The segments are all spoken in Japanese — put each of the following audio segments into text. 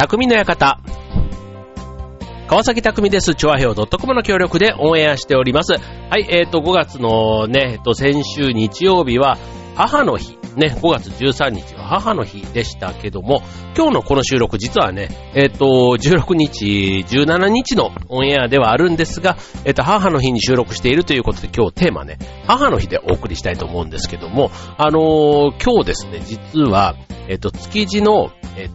匠の館。川崎匠です。チョアヘオ .com の協力でオンエアしております。はい、5月のね、先週日曜日は母の日。ね、5月13日は母の日でしたけども、今日のこの収録実はね、16日、17日のオンエアではあるんですが、母の日に収録しているということで今日テーマね、母の日でお送りしたいと思うんですけども、今日ですね、実は、築地の、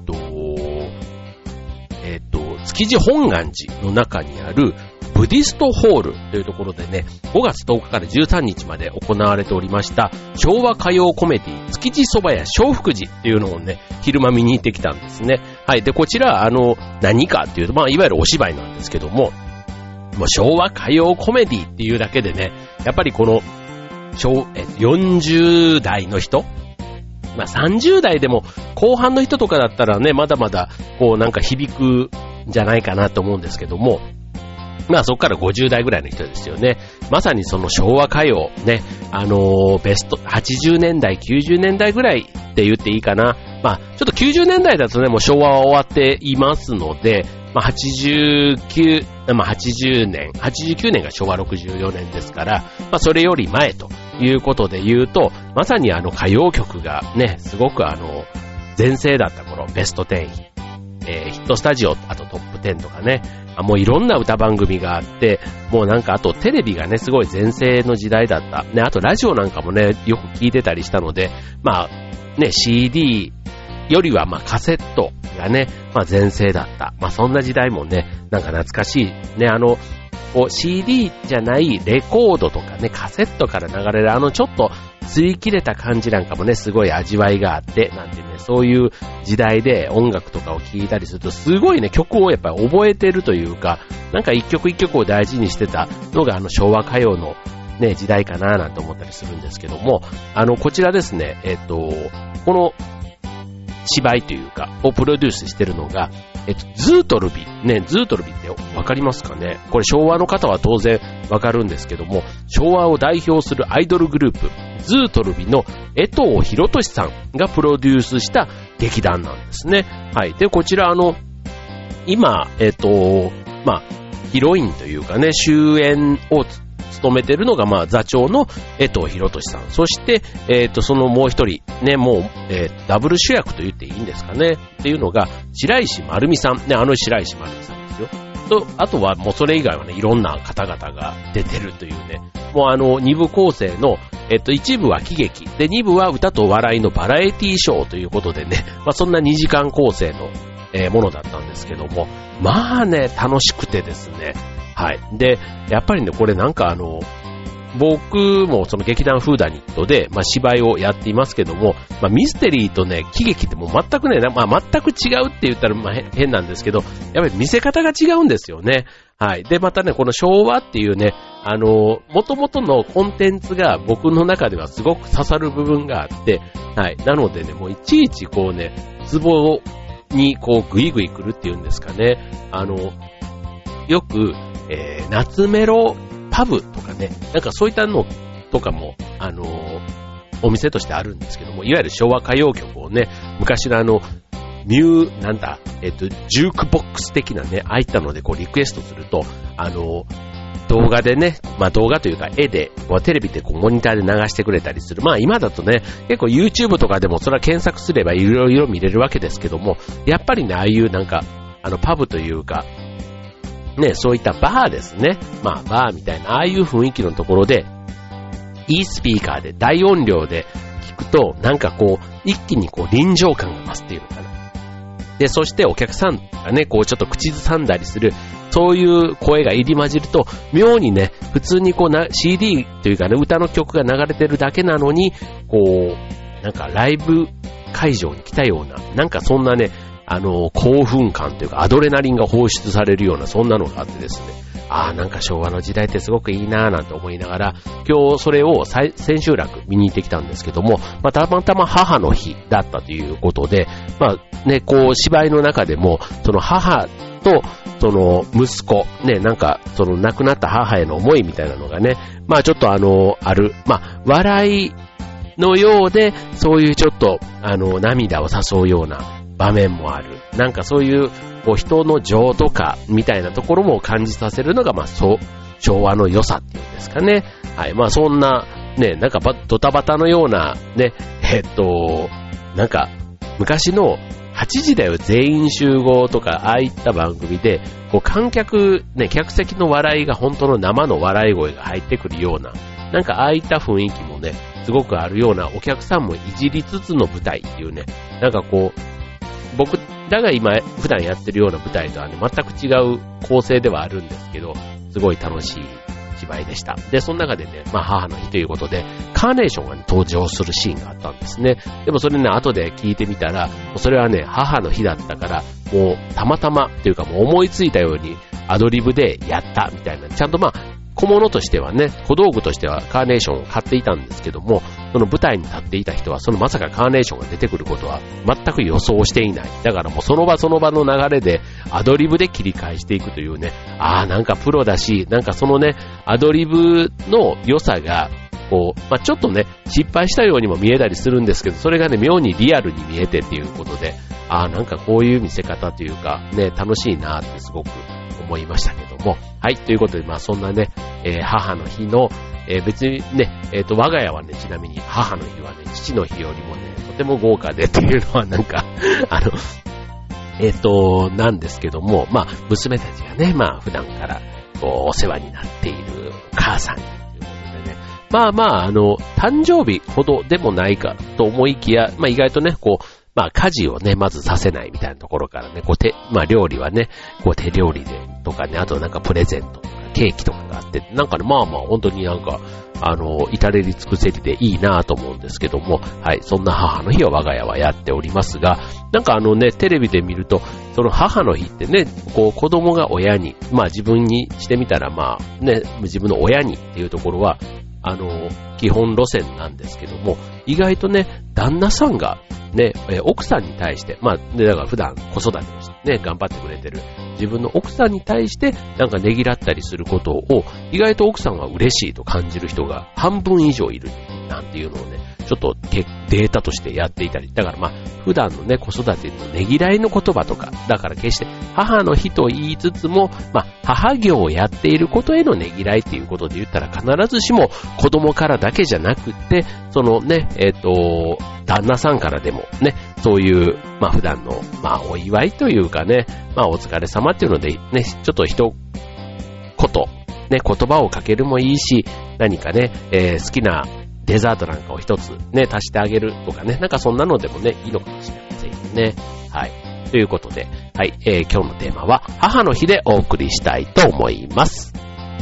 築地本願寺の中にあるブディストホールというところでね、5月10日から13日まで行われておりました昭和歌謡コメディ築地そば屋笑福寺っていうのをね、昼間見に行ってきたんですね。はい。で、こちら、何かっていうと、まあ、いわゆるお芝居なんですけども、もう昭和歌謡コメディっていうだけでね、やっぱりこの、40代の人、まあ、30代でも後半の人とかだったらね、まだまだ、こうなんか響くんじゃないかなと思うんですけども、まあそこから50代ぐらいの人ですよね。まさにその昭和歌謡ね、ベスト80年代、90年代ぐらいって言っていいかな。まあちょっと90年代だとね、もう昭和は終わっていますので、まあ89年が昭和64年ですから、まあそれより前ということで言うと、まさに歌謡曲がね、すごく全盛だった頃、ベスト10、ヒットスタジオ、あとトップ10とかね、もういろんな歌番組があって、もうなんかあとテレビがね、すごい全盛の時代だった。ね、あとラジオなんかもね、よく聞いてたりしたので、まあね、CD よりはまあカセットがね、まあ全盛だった。まあそんな時代もね、なんか懐かしい。ね、CD じゃないレコードとかね、カセットから流れるちょっと擦り切れた感じなんかもね、すごい味わいがあって、なんてね、そういう時代で音楽とかを聴いたりすると、すごいね、曲をやっぱり覚えてるというか、なんか一曲一曲を大事にしてたのが昭和歌謡のね、時代かななんて思ったりするんですけども、こちらですね、この芝居というか、をプロデュースしてるのが、ズートルビ。ね、ズートルビってわかりますかね？これ昭和の方は当然わかるんですけども、昭和を代表するアイドルグループ、ズートルビの江藤博俊さんがプロデュースした劇団なんですね。はい。で、こちら今、まあ、ヒロインというかね、主演を務めてるのが、まあ、座長の江藤博俊さん。そして、そのもう一人、ね、もう、ダブル主役と言っていいんですかね。っていうのが、白石丸美さん。ね、白石丸美さんですよ。と、あとは、もうそれ以外はね、いろんな方々が出てるというね。もう二部構成の、一部は喜劇。で、二部は歌と笑いのバラエティショーということでね。まあ、そんな2時間構成の、ものだったんですけども。まあね、楽しくてですね。はい。で、やっぱりね、これなんか僕もその劇団フーダニットで、まあ、芝居をやっていますけども、まあ、ミステリーとね、喜劇ってもう全くね、まあ、全く違うって言ったらまあ変なんですけど、やっぱり見せ方が違うんですよね。はい。で、またね、この昭和っていうね、元々のコンテンツが僕の中ではすごく刺さる部分があって、はい。なのでね、もういちいちこうね、ツボにこうグイグイ来るっていうんですかね。よく、夏メロパブとかね、なんかそういったのとかも、お店としてあるんですけども、いわゆる昭和歌謡曲をね、昔のジュークボックス的なね、ああいったのでこうリクエストすると、動画でね、まあ動画というか絵で、テレビでこうモニターで流してくれたりする。まあ今だとね、結構 YouTube とかでもそれは検索すればいろいろ見れるわけですけども、やっぱりね、ああいうなんか、パブというか、ね、そういったバーですね。まあ、バーみたいな、ああいう雰囲気のところで、いいスピーカーで、大音量で聞くと、なんかこう、一気にこう、臨場感が増すっていうのかな。で、そしてお客さんがね、こう、ちょっと口ずさんだりする、そういう声が入り混じると、妙にね、普通にこうCD というかね、歌の曲が流れてるだけなのに、こう、なんかライブ会場に来たような、なんかそんなね、興奮感というかアドレナリンが放出されるようなそんなのがあってですね、なんか昭和の時代ってすごくいいなぁなんて思いながら、今日それを千秋楽見に行ってきたんですけども、まあ、たまたま母の日だったということで、まあね、こう芝居の中でもその母とその息子ね、なんかその亡くなった母への思いみたいなのがね、まあちょっとある、まあ笑いのようで、そういうちょっと涙を誘うような場面もある。なんかそういう、こう人の情とかみたいなところも感じさせるのが、まあ昭和の良さっていうんですかね。はい。まあそんな、ね、なんかドタバタのような、ね、なんか昔の8時だよ全員集合とか、ああいった番組で、こう観客、ね、客席の笑いが本当の生の笑い声が入ってくるような、なんかああいった雰囲気もね、すごくあるような、お客さんもいじりつつの舞台っていうね、なんかこう、僕らが今普段やってるような舞台とはね、全く違う構成ではあるんですけど、すごい楽しい芝居でした。で、その中でね、まあ母の日ということで、カーネーションが、ね、登場するシーンがあったんですね。でもそれね、後で聞いてみたら、それはね、母の日だったから、もうたまたまっていうかもう思いついたようにアドリブでやったみたいな、ちゃんとまあ、小物としてはね、小道具としてはカーネーションを買っていたんですけども、その舞台に立っていた人はそのまさかカーネーションが出てくることは全く予想していない。だからもうその場その場の流れでアドリブで切り返していくというね、なんかプロだし、なんかそのね、アドリブの良さが、こう、まあ、ちょっとね、失敗したようにも見えたりするんですけど、それがね、妙にリアルに見えてっていうことで、なんかこういう見せ方というか、ね、楽しいなってすごく思いましたけども。はい、ということで、まあそんなね、母の日の、別にね、我が家はね、ちなみに母の日はね、父の日よりもね、とても豪華でっていうのはなんか、なんですけども、まあ、娘たちがね、まあ普段から、こう、お世話になっているお母さんに、まあまあ、誕生日ほどでもないかと思いきや、まあ意外とね、こう、まあ家事をね、まずさせないみたいなところからね、こうまあ料理はね、こう手料理でとかね、あとなんかプレゼントとかケーキとかがあって、なんかね、まあまあ本当になんか、至れり尽くせりでいいなと思うんですけども、はい、そんな母の日を我が家はやっておりますが、なんかね、テレビで見ると、その母の日ってね、こう子供が親に、まあ自分にしてみたらまあね、自分の親にっていうところは、基本路線なんですけども、意外とね、旦那さんがね、奥さんに対して、まあ、ね、だから普段子育てをしてね、頑張ってくれてる自分の奥さんに対してなんかねぎらったりすることを、意外と奥さんは嬉しいと感じる人が半分以上いるなんていうのをね、ちょっとデータとしてやっていたり、だからまあ、普段のね、子育てのねぎらいの言葉とか、だから決して母の日と言いつつも、まあ、母業をやっていることへのねぎらいっていうことで言ったら必ずしも子供からだけじゃなくって、そのね、旦那さんからでもね、そういう、まあ普段の、まあお祝いというかね、まあお疲れ様っていうのでね、ちょっと一言、ね、言葉をかけるもいいし、何かね、好きなデザートなんかを一つね、足してあげるとかね、なんかそんなのでもね、いいのかもしれませんよね。はい。ということで、はい、今日のテーマは母の日でお送りしたいと思います。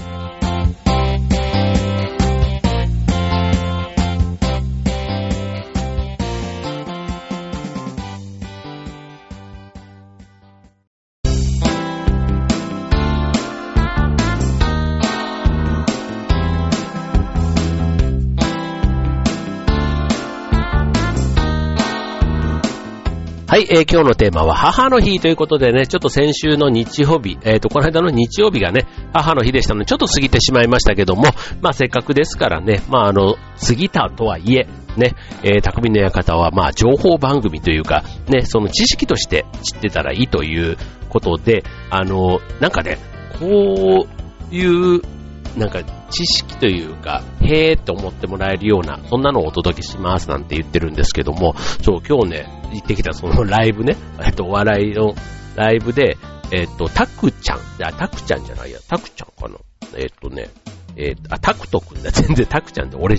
はい、今日のテーマは母の日ということでね、ちょっと先週の日曜日、この間の日曜日がね、母の日でしたので、ちょっと過ぎてしまいましたけども、まあせっかくですからね、まあ過ぎたとはいえ、ね、匠の館はまあ情報番組というか、ね、その知識として知ってたらいいということで、なんかね、こういう、なんか知識というか、へーって思ってもらえるような、そんなのをお届けしますなんて言ってるんですけども、そう、今日ね、行ってきたそのライブね、お笑いのライブで、タクちゃんじゃないや、タクちゃんかな。タクトくんだ。全然タクちゃんで俺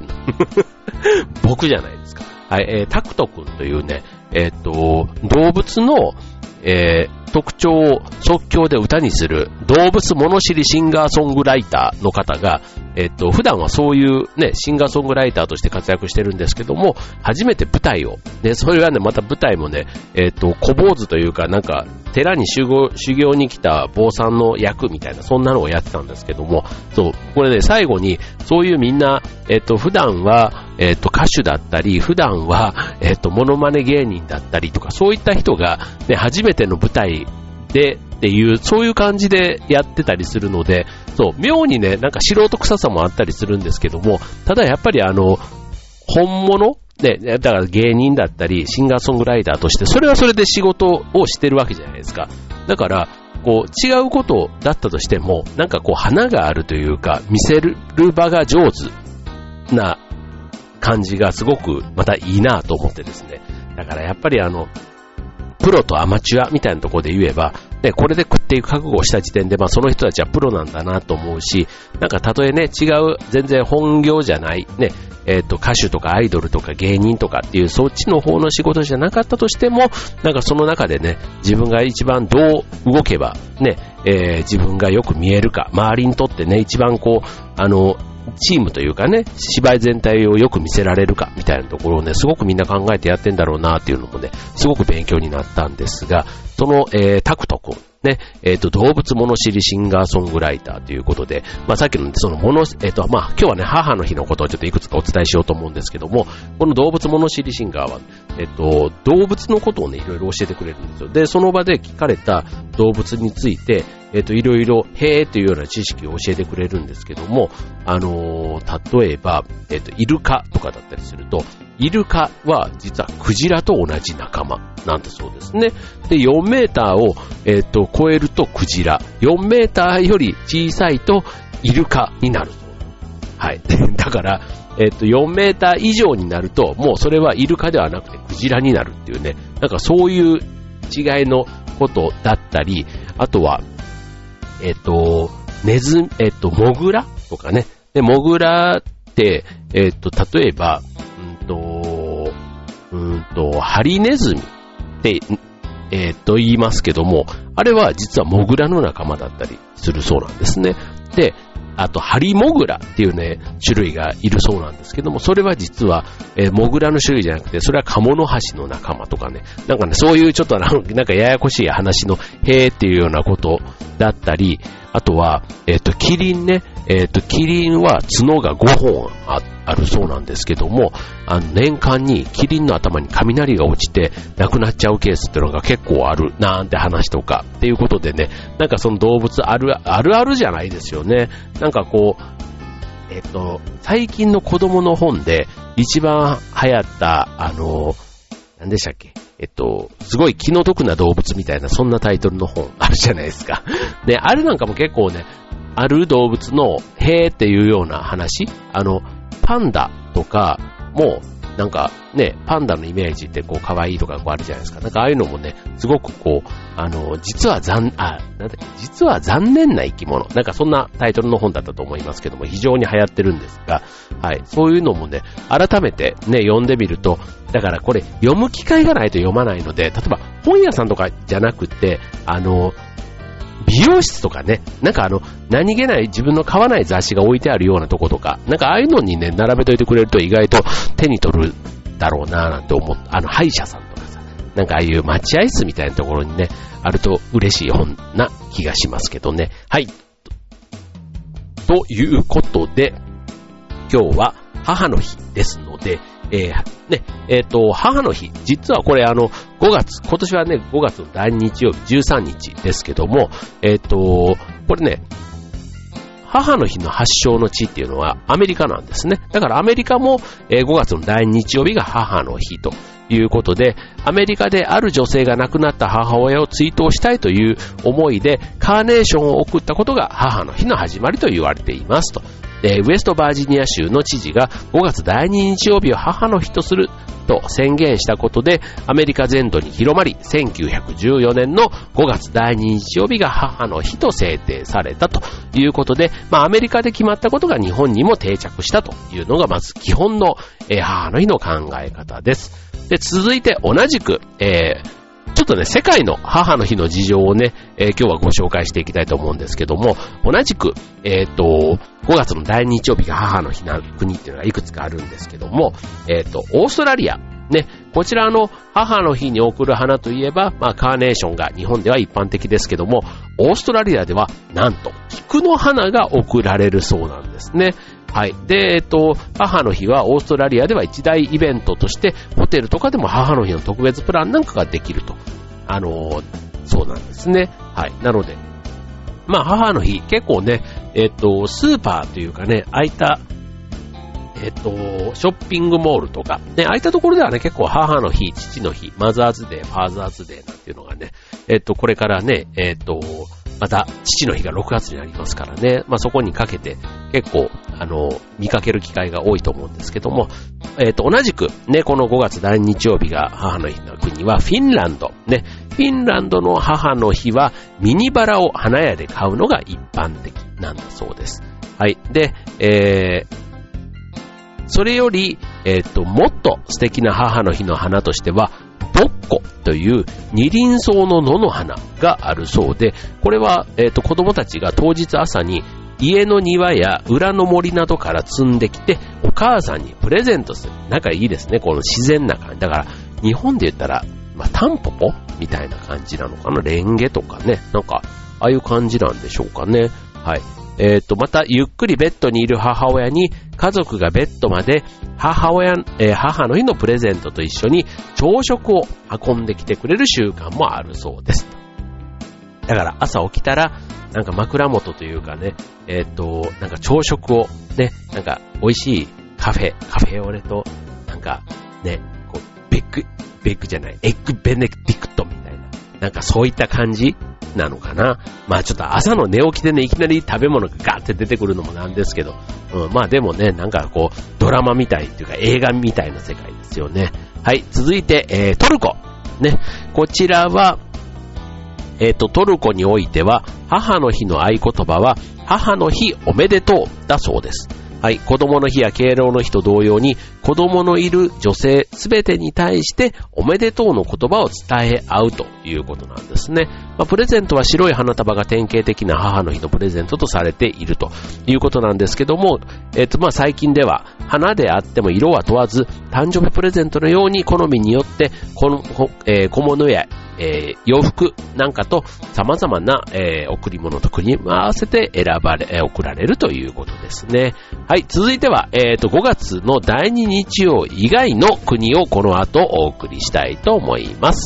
僕じゃないですか。はい、タクトくんというね、動物の、特徴を即興で歌にする動物物知りシンガーソングライターの方が、普段はそういうね、シンガーソングライターとして活躍してるんですけども、初めて舞台を、ね、それはね、また舞台もね、小坊主というか、なんか、寺に修行に来た坊さんの役みたいな、そんなのをやってたんですけども、そう、これね、最後に、そういうみんな、普段は、歌手だったり、普段は、モノマネ芸人だったりとか、そういった人が、ね、初めての舞台でっていう、そういう感じでやってたりするので、そう、妙にね、なんか素人臭さもあったりするんですけども、ただやっぱり本物ね、だから芸人だったり、シンガーソングライターとして、それはそれで仕事をしてるわけじゃないですか。だから、こう、違うことだったとしても、なんかこう、花があるというか、見せる場が上手な感じがすごく、またいいなと思ってですね。だからやっぱりプロとアマチュアみたいなところで言えば、ね、これで食っていく覚悟をした時点で、その人たちはプロなんだなと思うし、なんかたとえね、違う、全然本業じゃない、ね、歌手とかアイドルとか芸人とかっていう、そっちの方の仕事じゃなかったとしても、なんかその中でね、自分が一番どう動けば、ね、自分がよく見えるか、周りにとってね、一番こう、チームというかね、芝居全体をよく見せられるかみたいなところをね、すごくみんな考えてやってんだろうなっていうのもね、すごく勉強になったんですが、その、タクト君ね、動物物知りシンガーソングライターということで、さっきのその今日はね、母の日のことをちょっといくつかお伝えしようと思うんですけども、この動物物知りシンガーは、動物のことをね、いろいろ教えてくれるんですよ。で、その場で聞かれた動物について、いろいろ、へーというような知識を教えてくれるんですけども、例えば、イルカとかだったりすると、イルカは実はクジラと同じ仲間なんだそうですね。で、4メーターを、超えるとクジラ、4メーターより小さいとイルカになるそうです。はい。だから、4メーター以上になると、もうそれはイルカではなくてクジラになるっていうね、なんかそういう違いのことだったり、あとは、モグラとかね。で、モグラって、例えば、ハリネズミって、言いますけども、あれは実はモグラの仲間だったりするそうなんですね。で、あと、ハリモグラっていうね、種類がいるそうなんですけども、それは実は、モグラの種類じゃなくて、それはカモノハシの仲間とかね、なんかね、そういうちょっとなんかややこしい話の、へーっていうようなことだったり、あとは、キリンね、キリンは角が5本あるそうなんですけども、年間にキリンの頭に雷が落ちて亡くなっちゃうケースっていうのが結構あるなんて話とかっていうことでね、なんかその動物あるあるじゃないですよね。なんかこう、最近の子供の本で一番流行った何でしたっけ、すごい気の毒な動物みたいなそんなタイトルの本あるじゃないですか。で、あれなんかも結構ね、ある動物のへーっていうような話、パンダとかもなんかね、パンダのイメージってこう可愛いとかこうあるじゃないですか。なんかああいうのもね、すごくこう実は残念な生き物、なんかそんなタイトルの本だったと思いますけども、非常に流行ってるんですが、はい、そういうのもね、改めてね読んでみると、だからこれ読む機会がないと読まないので、例えば本屋さんとかじゃなくて美容室とかね、なんか何気ない自分の買わない雑誌が置いてあるようなとことか、なんかああいうのにね、並べといてくれると意外と手に取るだろうなぁなんて思って、歯医者さんとかさ、なんかああいう待合室みたいなところにね、あると嬉しい本な気がしますけどね。はい。ということで、今日は母の日ですので、母の日、実はこれ今年はね、5月の第2日曜日13日ですけども、これね、母の日の発祥の地っていうのはアメリカなんですね。だからアメリカも5月の第2日曜日が母の日ということで、アメリカである女性が亡くなった母親を追悼したいという思いでカーネーションを送ったことが母の日の始まりと言われていますと。ウェストバージニア州の知事が5月第2日曜日を母の日とすると宣言したことでアメリカ全土に広まり、1914年の5月第2日曜日が母の日と制定されたということで、アメリカで決まったことが日本にも定着したというのがまず基本の母の日の考え方です。で、続いて同じく、ちょっとね、世界の母の日の事情をね、今日はご紹介していきたいと思うんですけども、同じく、5月の第2日曜日が母の日な国っていうのがいくつかあるんですけども、オーストラリア、ね、こちらの母の日に贈る花といえば、カーネーションが日本では一般的ですけども、オーストラリアではなんと菊の花が贈られるそうなんですね。はい。で、母の日はオーストラリアでは一大イベントとして、ホテルとかでも母の日の特別プランなんかができると。そうなんですね。はい。なので、母の日、結構ね、スーパーというかね、空いたショッピングモールとか、ね、ああいったところではね、結構母の日、父の日、マザーズデー、ファーザーズデーなんていうのがね、これからね、また父の日が6月になりますからね、まあ、そこにかけて結構、見かける機会が多いと思うんですけども、同じくね、この5月第2日曜日が母の日の国はフィンランド。ね、フィンランドの母の日はミニバラを花屋で買うのが一般的なんだそうです。はい。で、それより、もっと素敵な母の日の花としては、ボッコという二輪草の野の花があるそうで、これは、子供たちが当日朝に家の庭や裏の森などから摘んできて、お母さんにプレゼントする。なんかいいですね、この自然な感じ。だから、日本で言ったら、まあ、タンポポみたいな感じなのかな。レンゲとかね。なんか、ああいう感じなんでしょうかね。はい。また、ゆっくりベッドにいる母親に、家族がベッドまで母の日のプレゼントと一緒に朝食を運んできてくれる習慣もあるそうです。だから朝起きたら、なんか枕元というかね、なんか朝食をね、なんか美味しいカフェオレと、なんかね、こう、エッグベネディクトみたいな、なんかそういった感じなのかな。まあちょっと朝の寝起きでね、いきなり食べ物がガーって出てくるのもなんですけど、まあでもね、なんかこう、ドラマみたいっていうか映画みたいな世界ですよね。はい、続いて、トルコ。ね、こちらは、トルコにおいては、母の日の合言葉は、母の日おめでとうだそうです。はい、子供の日や敬老の日と同様に、子供のいる女性すべてに対しておめでとうの言葉を伝え合うということなんですね。まあ、プレゼントは白い花束が典型的な母の日のプレゼントとされているということなんですけども、まあ、最近では花であっても色は問わず、誕生日プレゼントのように好みによって小物や洋服なんかと様々な、贈り物と組み合わせて贈られるということですね。はい、続いては、5月の第2日曜以外の国をこの後お送りしたいと思います。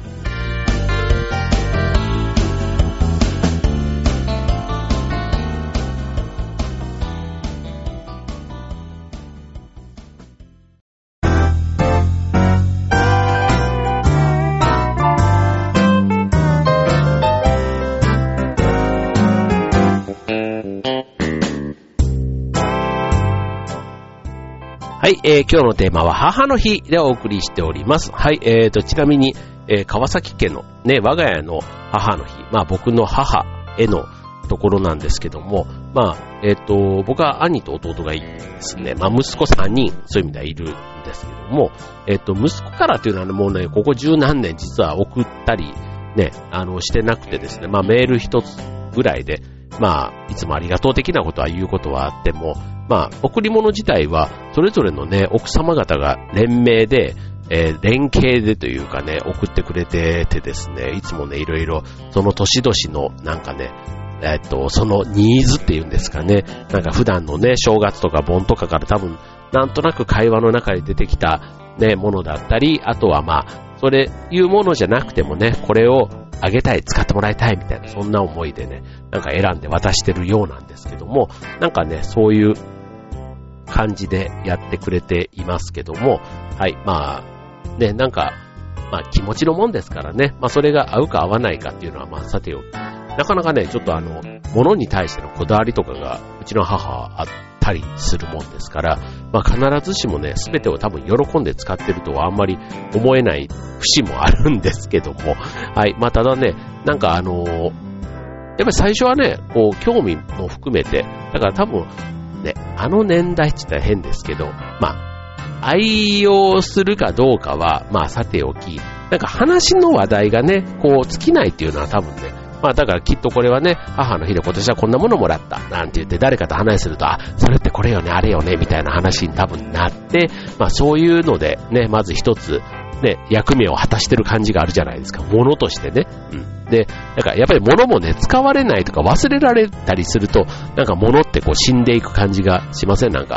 はい、今日のテーマは母の日でお送りしております。はい、ちなみに、川崎家のね、我が家の母の日、まあ僕の母へのところなんですけども、まあ、僕は兄と弟がいてですね、まあ息子3人、そういう意味ではいるんですけども、息子からというのはもうね、ここ十何年実は送ったりね、してなくてですね、まあメール一つぐらいで、まあ、いつもありがとう的なことは言うことはあっても、まあ、贈り物自体は、それぞれのね、奥様方が連名で、連携でというかね、送ってくれててですね、いつもね、いろいろ、その年々の、なんかね、そのニーズっていうんですかね、なんか普段のね、正月とか盆とかから多分、なんとなく会話の中で出てきた、ね、ものだったり、あとはまあ、それいうものじゃなくてもね、これをあげたい、使ってもらいたいみたいな、そんな思いでね、なんか選んで渡してるようなんですけども、なんかね、そういう感じでやってくれていますけども、はい、まあ、ね、なんか、まあ気持ちのもんですからね、まあそれが合うか合わないかっていうのはまあさておき、なかなかね、ちょっと物に対してのこだわりとかが、うちの母はあったりするもんですから、まあ必ずしもね、すべてを多分喜んで使ってるとはあんまり思えない節もあるんですけども、はい、まあただね、なんかやっぱり最初はね、こう興味も含めて、だから多分ね、年代って言ったら変ですけど、まあ愛用するかどうかはまあさておき、なんか話の話題がね、こう尽きないっていうのは多分ね、まあだからきっとこれはね、母の日で今年はこんなものもらったなんて言って誰かと話すると、あ、それってこれよね、あれよねみたいな話に多分なって、まあそういうのでね、まず一つね、役目を果たしてる感じがあるじゃないですか、物としてね。うん。で、だからやっぱり物もね、使われないとか忘れられたりすると、なんか物ってこう死んでいく感じがしません？なんか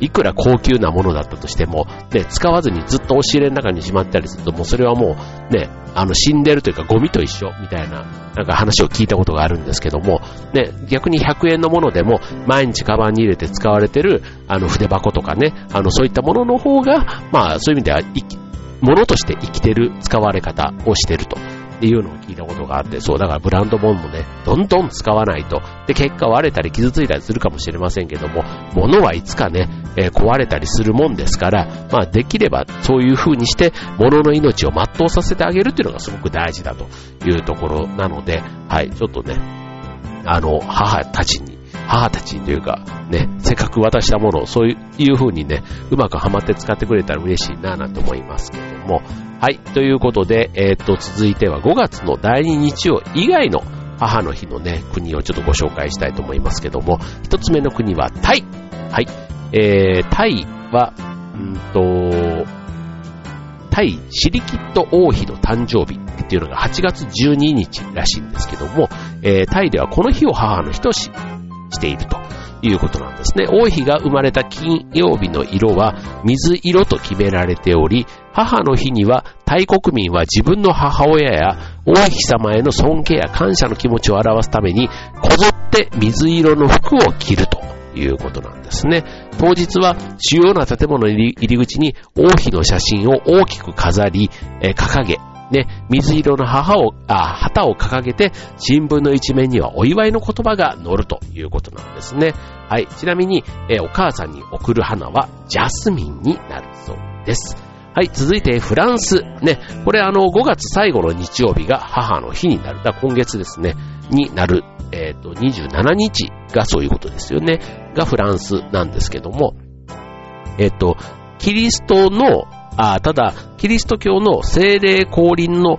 いくら高級なものだったとしても、ね、使わずにずっと押し入れの中にしまったりすると、もうそれはもう、ね、死んでるというかゴミと一緒みたいな、なんか話を聞いたことがあるんですけども、ね、逆に100円のものでも、毎日カバンに入れて使われてる、筆箱とかね、そういったものの方が、まあ、そういう意味では、ものとして生きてる使われ方をしてるというのを聞いたことがあって、そう、だからブランド物もね、どんどん使わないと、で、結果割れたり傷ついたりするかもしれませんけども、物はいつかね、壊れたりするもんですから、まあ、できればそういう風にして、物の命を全うさせてあげるっていうのがすごく大事だというところなので、はい、ちょっとね、母たちにというか、ね、せっかく渡したものをそういう風にね、うまくはまって使ってくれたら嬉しいななんて思いますけども。はい、ということで、続いては5月の第2日曜以外の母の日のね、国をちょっとご紹介したいと思いますけども、一つ目の国はタイ。はい、タイは、タイシリキッド王妃の誕生日っていうのが8月12日らしいんですけども、タイではこの日を母の日としているということなんですね。王妃が生まれた金曜日の色は水色と決められており、母の日にはタイ国民は自分の母親や王妃様への尊敬や感謝の気持ちを表すためにこぞって水色の服を着るということなんですね。当日は主要な建物の入り口に王妃の写真を大きく飾り、掲げ、ね、水色の旗を掲げて、新聞の一面にはお祝いの言葉が載るということなんですね。はい。ちなみに、お母さんに贈る花はジャスミンになるそうです。はい。続いてフランス。ね。これ5月最後の日曜日が母の日になる。今月ですね。になる。27日がそういうことですよね。がフランスなんですけども。キリストのただ、キリスト教の聖霊降臨の、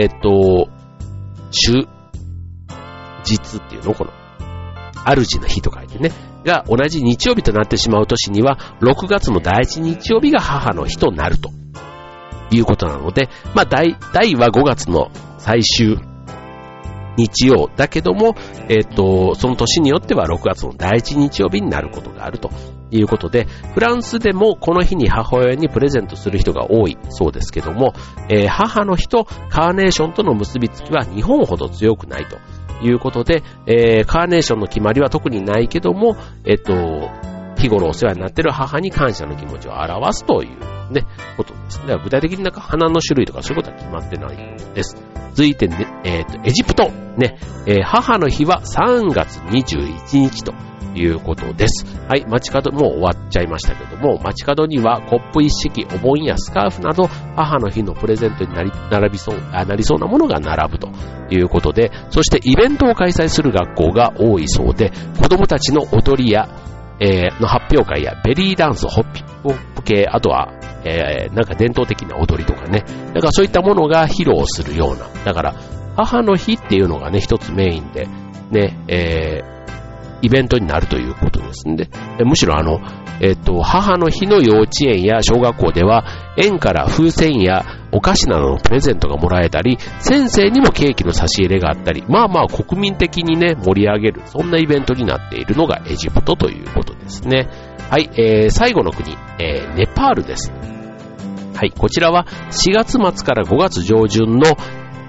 主実っていうのこの、主の日と書いてね、が同じ日曜日となってしまう年には、6月の第一日曜日が母の日となるということなので、まあ、大は5月の最終日曜だけども、その年によっては6月の第一日曜日になることがあるということで、フランスでもこの日に母親にプレゼントする人が多いそうですけども、母の日とカーネーションとの結びつきは日本ほど強くないということで、カーネーションの決まりは特にないけども、日頃お世話になっている母に感謝の気持ちを表すというね、ことですね。具体的になんか花の種類とかそういうことは決まってないです。続いてね、エジプト。ね、母の日は3月21日ということです。はい、街角もう終わっちゃいましたけども、街角にはコップ一式、お盆やスカーフなど、母の日のプレゼントになりそうなものが並ぶということで、そしてイベントを開催する学校が多いそうで、子供たちの踊りや、の発表会やベリーダンス、ホッピップ系、あとは、なんか伝統的な踊りとかね。だからそういったものが披露するような。だから、母の日っていうのがね、一つメインで、ね、イベントになるということですんで、むしろ母の日の幼稚園や小学校では、園から風船やお菓子などのプレゼントがもらえたり、先生にもケーキの差し入れがあったり、まあまあ国民的にね、盛り上げる、そんなイベントになっているのがエジプトということですね。はい、最後の国、ネパールです。はい、こちらは4月末から5月上旬の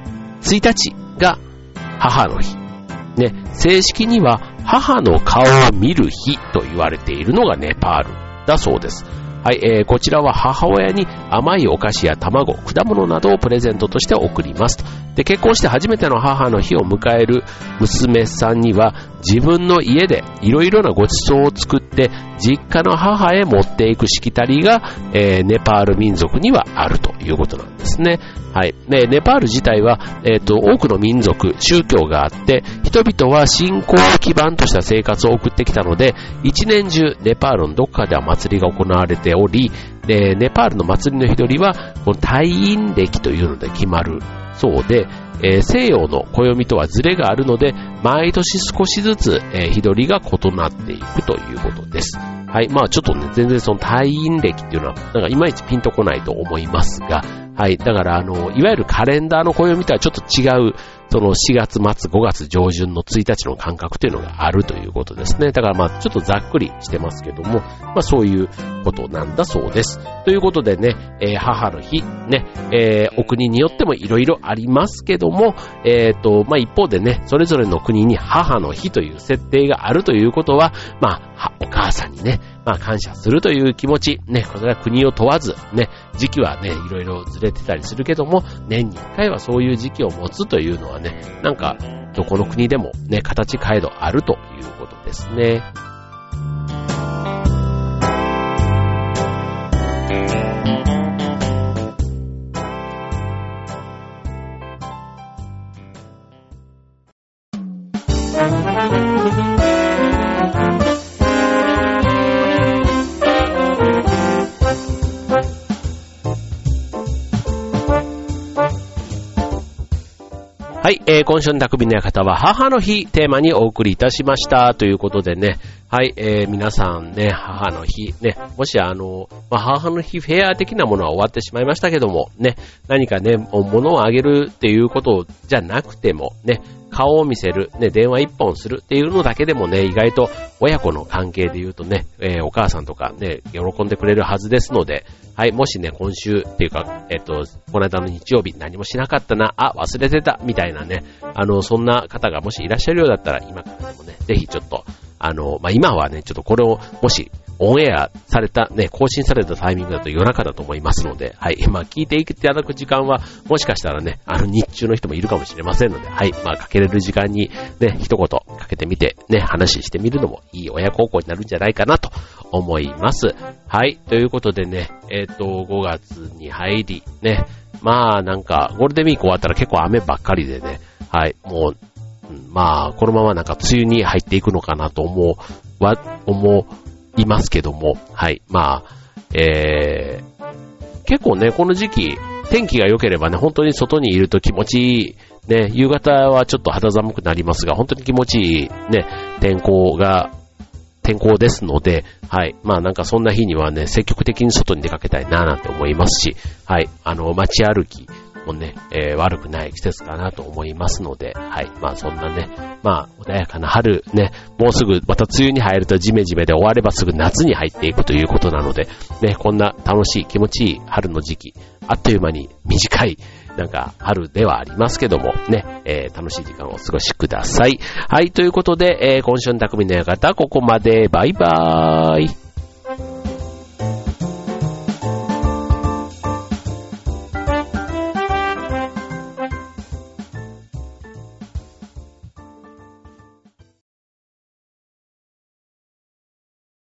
1日が母の日。ね、正式には母の顔を見る日と言われているのがネパールだそうです。はい、こちらは母親に甘いお菓子や卵、果物などをプレゼントとして贈りますと。で、結婚して初めての母の日を迎える娘さんには自分の家でいろいろなご馳走を作って実家の母へ持っていくしきたりが、ネパール民族にはあるということなんですね。はい。ネパール自体は、多くの民族、宗教があって、人々は信仰を基盤とした生活を送ってきたので、一年中ネパールのどこかでは祭りが行われており、ネパールの祭りの日取りは、この太陰暦というので決まるそうで、西洋の暦とはズレがあるので、毎年少しずつ、日取りが異なっていくということです。はい。まあちょっとね、全然その太陰暦っていうのは、なんかいまいちピンとこないと思いますが、 はい。だから、いわゆるカレンダーの暦とはちょっと違う、その4月末、5月上旬の1日の感覚というのがあるということですね。だからまあちょっとざっくりしてますけども、まあそういうことなんだそうです。ということでね、母の日、ね、お国によってもいろいろありますけども、まあ一方でね、それぞれの国に母の日という設定があるということは、まあお母さんにね、まあ感謝するという気持ち、ね、これは国を問わず、ね、時期はね、いろいろずれてたりするけども、年に1回はそういう時期を持つというのはね、なんか、どこの国でもね、形変えどあるということですね。はい、今週の匠の館は母の日テーマにお送りいたしましたということでね、はい、皆さんね、母の日ね、もし母の日フェア的なものは終わってしまいましたけどもね、何かね、物をあげるっていうことじゃなくてもね、顔を見せる、ね、電話一本するっていうのだけでもね、意外と親子の関係で言うとね、お母さんとかね、喜んでくれるはずですので、はい、もしね、今週っていうか、この間の日曜日何もしなかったな、忘れてた、みたいなね、そんな方がもしいらっしゃるようだったら、今からでもね、ぜひちょっと、今はね、ちょっとこれを、もし、オンエアされた、ね、更新されたタイミングだと夜中だと思いますので、はい、聞いていただく時間は、もしかしたらね、日中の人もいるかもしれませんので、はい、かけれる時間に、ね、一言かけてみて、ね、話してみるのもいい親孝行になるんじゃないかなと思います。はい、ということでね、5月に入り、ね、なんか、ゴールデンウィーク終わったら結構雨ばっかりでね、はい、もう、このままなんか梅雨に入っていくのかなと思いますけども、はい、結構ね、この時期、天気が良ければね、本当に外にいると気持ちいい、ね、夕方はちょっと肌寒くなりますが、本当に気持ちいい、ね、天候ですので、はい。なんかそんな日にはね、積極的に外に出かけたいななんて思いますし、はい。街歩きもね、悪くない季節かなと思いますので、はい。そんなね、穏やかな春ね、もうすぐまた梅雨に入るとジメジメで終わればすぐ夏に入っていくということなので、ね、こんな楽しい気持ちいい春の時期、あっという間に短い、なんか春ではありますけどもね、楽しい時間をお過ごしください。はい、ということで、今週の匠の館ここまで。バイバーイ。